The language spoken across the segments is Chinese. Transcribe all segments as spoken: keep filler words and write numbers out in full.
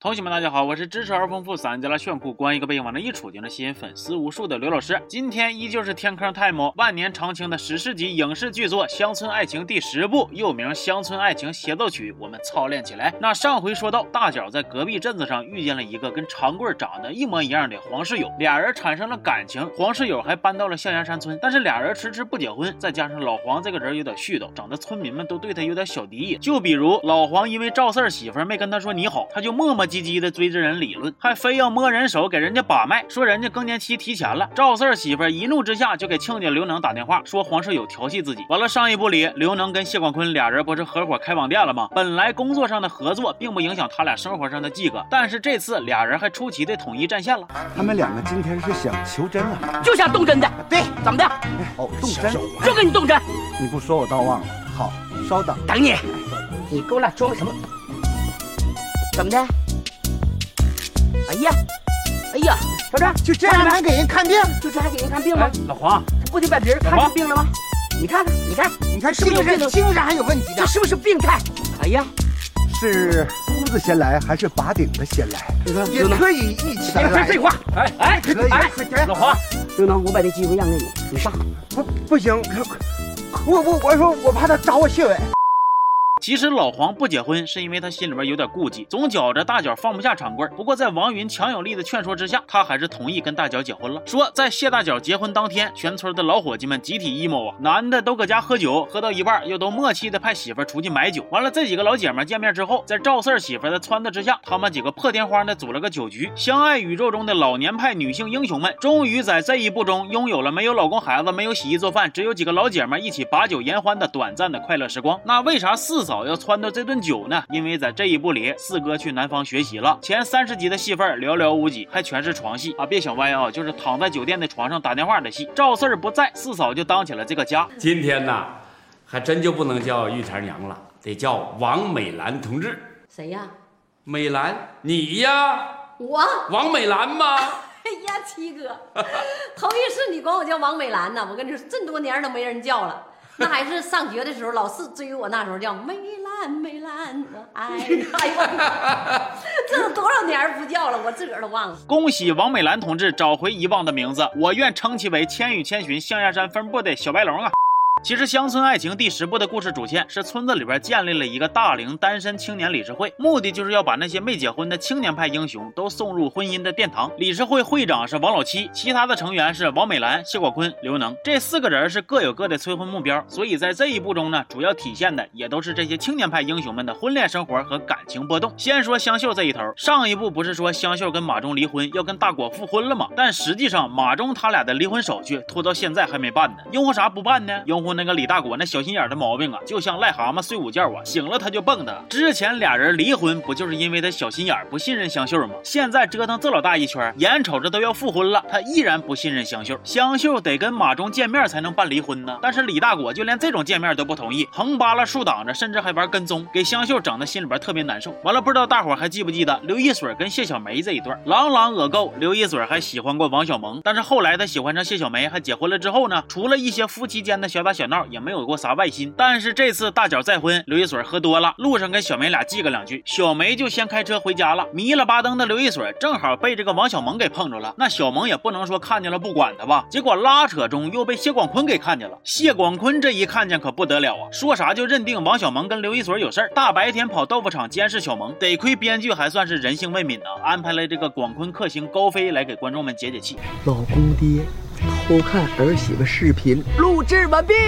同学们大家好，我是知识而丰富、散家了炫酷、光一个背影往那一杵就能吸引粉丝无数的刘老师。今天依旧是天坑 time 万年长青的史诗级影视剧作《乡村爱情》第十部，又名《乡村爱情协奏曲》，我们操练起来。那上回说到，大脚在隔壁镇子上遇见了一个跟长贵长得一模一样的黄室友，俩人产生了感情，黄室友还搬到了象牙山村，但是俩人迟迟不结婚，再加上老黄这个人有点絮叨，整得村民们都对他有点小敌意。就比如老黄因为赵四儿媳妇没跟他说你好，他就磨磨唧唧的追着人理论，还非要摸人手给人家把脉，说人家更年期提前了。赵四儿媳妇一怒之下就给亲家刘能打电话，说黄室友调戏自己。完了，上一部里刘能跟谢广坤俩人不是合伙开网店了吗？本来工作上的合作并不影响他俩生活上的忌葛，但是这次俩人还出奇的统一战线了。 他们两个今天是想求真啊， 就想动真的。 对， 怎么的？ 哦，动真， 就跟你动真。 你不说我倒忘了。好，稍等， 等你。你给我俩装什么？怎么的？哎呀，哎呀，小张， 就这样还给人看病？ 就这还给人看病吗？ 哎、老黄， 不得把别人看出病了吗？你看看，你看， 你看是不是精神还有问题的？ 这是不是病态？哎呀， 是秃子先来还是拔顶的先来？也可以一起来。 别废话，哎哎， 可以。哎， 老黄，刘能，我把这机会让给你，你上。 不不行，我我我说我怕他找我血尾。 其实老黄不结婚是因为他心里边有点顾忌，总觉着大脚放不下长贵。不过在王云强有力的劝说之下，他还是同意跟大脚结婚了。说在谢大脚结婚当天，全村的老伙计们集体 emo 啊，男的都搁家喝酒，喝到一半又都默契的派媳妇出去买酒。完了，这几个老姐们见面之后，在赵四儿媳妇的撺掇之下，他们几个破天荒的组了个酒局。相爱宇宙中的老年派女性英雄们，终于在这一步中拥有了没有老公孩子、没有洗衣做饭，只有几个老姐们一起把酒言欢的短暂的快乐时光。那为啥四嫂要撺掇这顿酒呢？因为在这一部里，四哥去南方学习了，前三十集的戏份寥寥无几，还全是床戏啊！别想歪啊，就是躺在酒店的床上打电话的戏。赵四儿不在，四嫂就当起了这个家。 今天呢，还真就不能叫玉田娘了，得叫王美兰同志。 谁呀？ 美兰，你呀？ 我？ 王美兰吗？ 哎呀，七哥，头一次你管我叫王美兰呢，我跟你说，这么多年都没人叫了。那还是上学的时候，老四追我，那时候叫美兰美兰，我爱你。哎呦，这都多少年不叫了，我自个儿都忘了。 恭喜王美兰同志找回遗忘的名字，我愿称其为千与千寻象牙山分部的小白龙啊。其实《乡村爱情》第十部的故事主线是村子里边建立了一个大龄单身青年理事会，目的就是要把那些没结婚的青年派英雄都送入婚姻的殿堂。理事会会长是王老七，其他的成员是王美兰、谢广坤、刘能，这四个人是各有各的催婚目标，所以在这一部中呢，主要体现的也都是这些青年派英雄们的婚恋生活和感情波动。先说香秀这一头，上一部不是说香秀跟马忠离婚要跟大果复婚了吗？但实际上马忠他俩的离婚手续拖到现在还没办呢，因为啥不办呢？因为那个李大果那小心眼的毛病啊，就像癞蛤蟆睡午觉啊，醒了他就蹦跶。之前俩人离婚不就是因为他小心眼不信任香秀吗？现在折腾这老大一圈，眼瞅着都要复婚了，他依然不信任香秀。香秀得跟马忠见面才能办离婚呢，但是李大果就连这种见面都不同意，横扒拉竖挡着，甚至还玩跟踪，给香秀整的心里边特别难受。完了，不知道大伙还记不记得刘一水跟谢小梅这一段，朗朗恶够。刘一水还喜欢过王小蒙，但是后来他喜欢上谢小梅，还结婚了之后呢，除了一些夫妻间的小打小闹，也没有过啥外心。但是这次大脚再婚，刘一水喝多了，路上跟小梅俩记个两句，小梅就先开车回家了。迷了巴登的刘一水正好被这个王小蒙给碰着了，那小蒙也不能说看见了不管他吧，结果拉扯中又被谢广坤给看见了。谢广坤这一看见可不得了啊，说啥就认定王小蒙跟刘一水有事儿，大白天跑豆腐厂监视小蒙，得亏编剧还算是人性未泯啊，安排了这个广坤克星高飞来给观众们解解气。 老公爹偷看儿媳妇视频，录制完毕。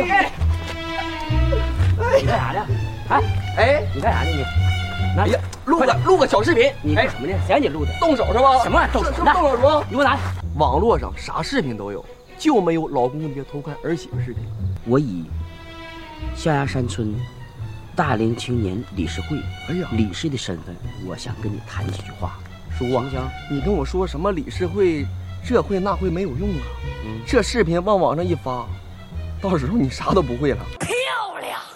你干啥呢？哎哎，你干啥呢你？哎呀，录个录个小视频。你干什么呢？谁让你录的？动手是吧？什么玩意儿？动手？动手是吧？你给我拿。网络上啥视频都有，就没有老公爹偷看儿媳妇视频。我以象牙山村大龄青年理事会哎呀理事的身份，我想跟你谈几句话。叔啊，行，你跟我说什么理事会，这会那会没有用啊。嗯，这视频往网上一发，到时候你啥都不会了。漂亮。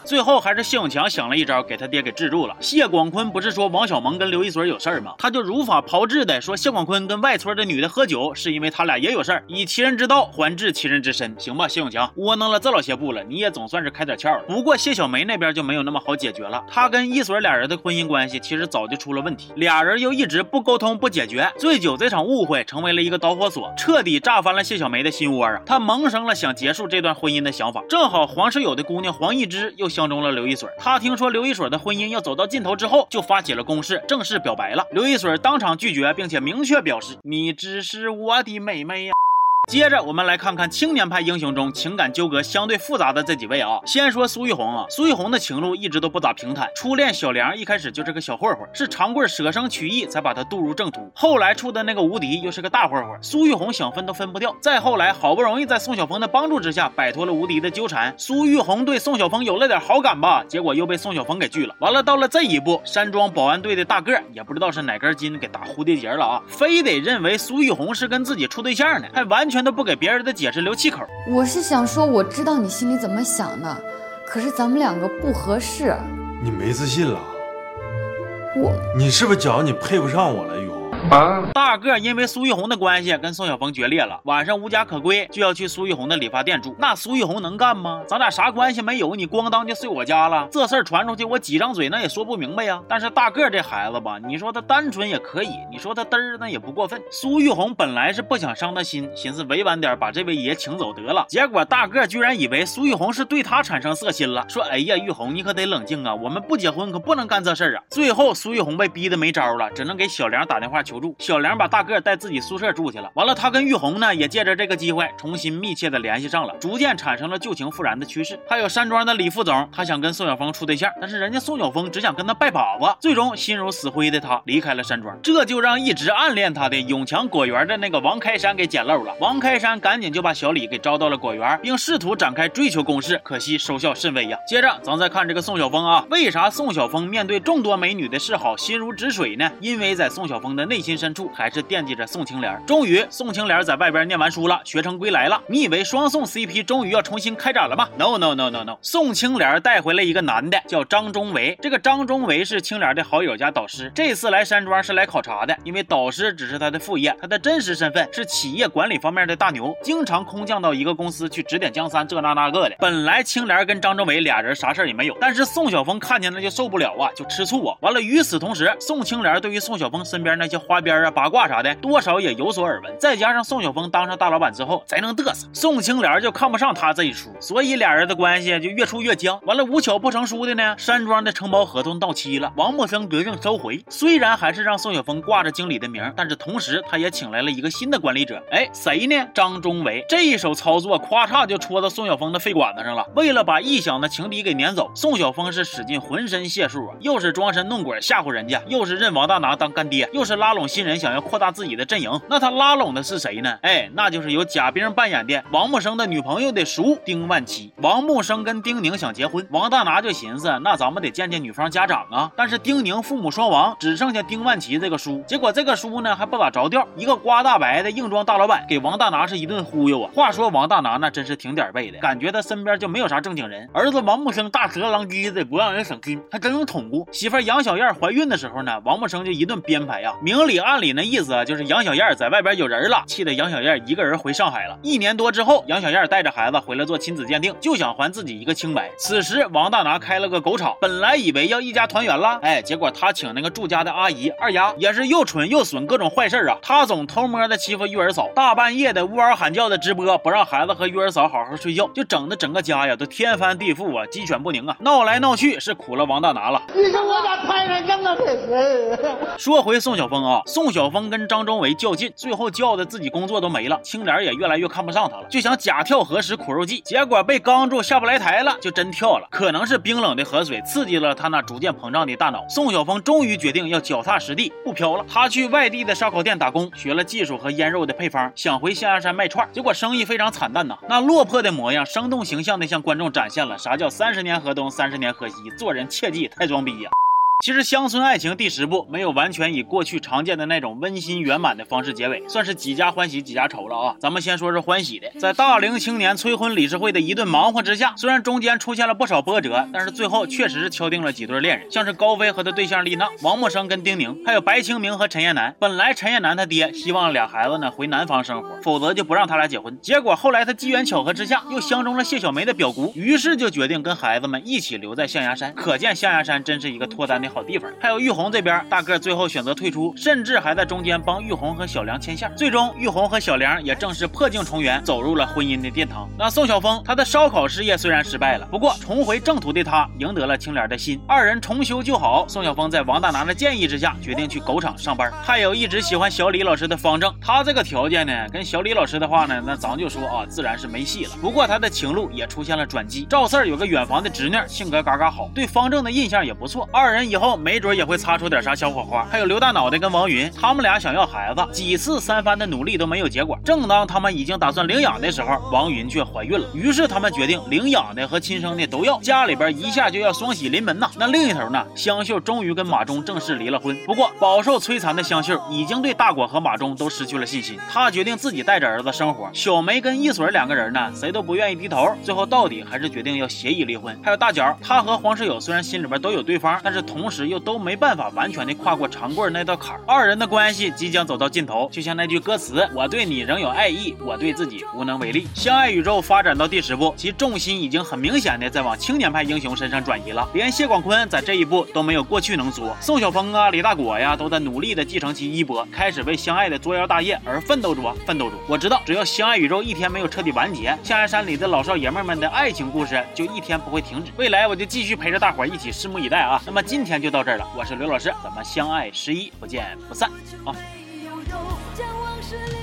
最后还是谢永强想了一招，给他爹给制住了。谢广坤不是说王小蒙跟刘一水有事儿吗？他就如法炮制的说谢广坤跟外村的女的喝酒，是因为他俩也有事儿，以其人之道还治其人之身。行吧，谢永强窝囊了这老些步了，你也总算是开点窍了。不过谢小梅那边就没有那么好解决了，他跟一水俩人的婚姻关系其实早就出了问题，俩人又一直不沟通不解决，醉酒这场误会成为了一个导火索，彻底炸翻了谢小梅的心窝啊！他萌生了想结束这段婚姻的想法。正好黄世友的姑娘黄一枝又相中了刘一水，他听说刘一水的婚姻要走到尽头之后，就发起了攻势，正式表白了。刘一水当场拒绝，并且明确表示：“你只是我的妹妹呀。”接着我们来看看青年派英雄中情感纠葛相对复杂的这几位啊。先说苏玉红啊，苏玉红的情路一直都不咋平坦。初恋小梁一开始就是个小混混，是长贵舍生取义才把他渡入正途。后来处的那个无敌又是个大混混，苏玉红想分都分不掉。再后来好不容易在宋晓峰的帮助之下摆脱了无敌的纠缠，苏玉红对宋晓峰有了点好感吧，结果又被宋晓峰给拒了。完了到了这一步，山庄保安队的大个也不知道是哪根筋给打蝴蝶结了啊，非得认为苏玉红是跟自己处对象呢，还完全都不给别人的解释留气口。 我是想说我知道你心里怎么想的，可是咱们两个不合适。 你没自信了？ 我你是不是觉得你配不上我了，玉红？ 啊、大个因为苏玉红的关系跟宋晓峰决裂了，晚上无家可归，就要去苏玉红的理发店住。那苏玉红能干吗？咱俩啥关系没有，你咣当就睡我家了，这事儿传出去我几张嘴那也说不明白呀。但是大个这孩子吧，你说他单纯也可以，你说他嘚儿那也不过分。苏玉红本来是不想伤他心，寻思委婉点把这位爷请走得了，结果大个居然以为苏玉红是对他产生色心了，说哎呀玉红你可得冷静啊，我们不结婚可不能干这事儿啊。最后苏玉红被逼得没招了，只能给小梁打电话求助。小梁把大个带自己宿舍住去了。完了他跟玉红呢也借着这个机会重新密切的联系上了，逐渐产生了旧情复燃的趋势。还有山庄的李副总，他想跟宋晓峰处对象，但是人家宋晓峰只想跟他拜把子，最终心如死灰的他离开了山庄，这就让一直暗恋他的永强果园的那个王开山给捡漏了。王开山赶紧就把小李给招到了果园，并试图展开追求攻势，可惜收效甚微呀。接着咱再看这个宋晓峰啊，为啥宋晓峰面对众多美女的示好心如止水呢？因为在宋晓峰的内心深处还是惦记着宋青莲。终于宋青莲在外边念完书了，学成归来了。你以为双宋 C P 终于要重新开展了吗？ No No No No No， 宋青莲带回了一个男的叫张忠维，这个张忠维是青莲的好友加导师，这次来山庄是来考察的，因为导师只是他的副业，他的真实身份是企业管理方面的大牛，经常空降到一个公司去指点江山这那那个的。本来青莲跟张忠维俩人啥事儿也没有，但是宋晓峰看见了就受不了啊，就吃醋啊。完了与此同时，宋青莲对于宋晓峰身边那些花边啊八卦啥的多少也有所耳闻，再加上宋晓峰当上大老板之后才能嘚瑟，宋青莲就看不上他这一出，所以俩人的关系就越处越僵。完了无巧不成书的呢，山庄的承包合同到期了，王木生决定收回，虽然还是让宋晓峰挂着经理的名，但是同时他也请来了一个新的管理者。哎，谁呢？张忠维。这一手操作咵嚓就戳到宋晓峰的肺管子上了。为了把臆想的情敌给撵走，宋晓峰是使尽浑身解数啊，又是装神弄鬼吓唬人家，又是认王大拿当干爹，又是拉拢新人想要扩大自己的阵营。那他拉拢的是谁呢？哎，那就是由贾冰扮演的王木生的女朋友的叔丁万琪。王木生跟丁宁想结婚，王大拿就寻思那咱们得见见女方家长啊，但是丁宁父母双亡，只剩下丁万琪这个叔。结果这个叔呢还不咋着调，一个瓜大白的硬装大老板给王大拿是一顿忽悠啊。话说王大拿那真是挺点背的，感觉他身边就没有啥正经人，儿子王木生大舌狼藉的不让人省心，还真能捅咕。媳妇杨小燕怀孕的时候呢，王木生就一顿编排啊，明里暗里那意思啊，就是杨小燕在外边有人了，气得杨小燕一个人回上海了。一年多之后，杨小燕带着孩子回来做亲子鉴定，就想还自己一个清白。此时王大拿开了个狗场，本来以为要一家团圆了，哎，结果他请那个住家的阿姨二丫也是又蠢又损，各种坏事啊。他总偷摸的欺负玉儿嫂，大半夜的呜嗷喊叫的直播，不让孩子和玉儿嫂好好睡觉，就整的整个家呀都天翻地覆啊，鸡犬不宁啊，闹来闹去是苦了王大拿了。 你说我咋摊上这么个事？ 说回宋晓峰啊，宋晓峰跟张忠维较劲，最后较的自己工作都没了，青莲也越来越看不上他了，就想假跳河使苦肉计，结果被刚住下不来台了，就真跳了。可能是冰冷的河水刺激了他那逐渐膨胀的大脑，宋晓峰终于决定要脚踏实地，不飘了。他去外地的烧烤店打工，学了技术和腌肉的配方，想回象牙山卖串，结果生意非常惨淡呐。那落魄的模样，生动形象的向观众展现了啥叫三十年河东，三十年河西，做人切记太装逼呀。 其实乡村爱情第十部没有完全以过去常见的那种温馨圆满的方式结尾，算是几家欢喜几家愁了啊。咱们先说说欢喜的，在大龄青年催婚理事会的一顿忙活之下，虽然中间出现了不少波折，但是最后确实是敲定了几对恋人，像是高飞和他对象丽娜、王默生跟丁宁，还有白清明和陈彦南。本来陈彦南他爹希望俩孩子呢回南方生活，否则就不让他俩结婚。结果后来他机缘巧合之下又相中了谢小梅的表姑，于是就决定跟孩子们一起留在象牙山。可见象牙山真是一个脱单的好地方。还有玉红这边，大个最后选择退出，甚至还在中间帮玉红和小梁牵线。最终玉红和小梁也正式破镜重圆，走入了婚姻的殿堂。那宋晓峰他的烧烤事业虽然失败了，不过重回正途的他赢得了青莲的心，二人重修旧好。宋晓峰在王大拿的建议之下决定去狗场上班。还有一直喜欢小李老师的方正，他这个条件呢跟小李老师的话呢，那咱就说啊自然是没戏了。不过他的情路也出现了转机，赵四儿有个远房的侄女，性格嘎嘎好，对方正的印象也不错，二人以后没准也会擦出点啥小火花。还有刘大脑袋跟王云，他们俩想要孩子，几次三番的努力都没有结果。正当他们已经打算领养的时候，王云却怀孕了，于是他们决定领养的和亲生的都要，家里边一下就要双喜临门呐。那另一头呢，香秀终于跟马忠正式离了婚。不过饱受摧残的香秀已经对大果和马忠都失去了信心，他决定自己带着儿子生活。小梅跟一水两个人呢，谁都不愿意低头，最后到底还是决定要协议离婚。还有大脚，他和黄世友虽然心里边都有对方，但是同时又都没办法完全的跨过长棍那道坎儿，二人的关系即将走到尽头，就像那句歌词，我对你仍有爱意，我对自己无能为力。相爱宇宙发展到第十部，其重心已经很明显的在往青年派英雄身上转移了，连谢广坤在这一部都没有过去能作，宋晓峰啊、李大果呀都在努力的继承其衣钵，开始为相爱的作妖大业而奋斗着奋斗着。我知道只要相爱宇宙一天没有彻底完结，象牙山里的老少爷们们的爱情故事就一天不会停止。未来我就继续陪着大伙一起拭目以待啊。那么今天就到这儿了，我是刘老师，咱们相爱十一不见不散啊。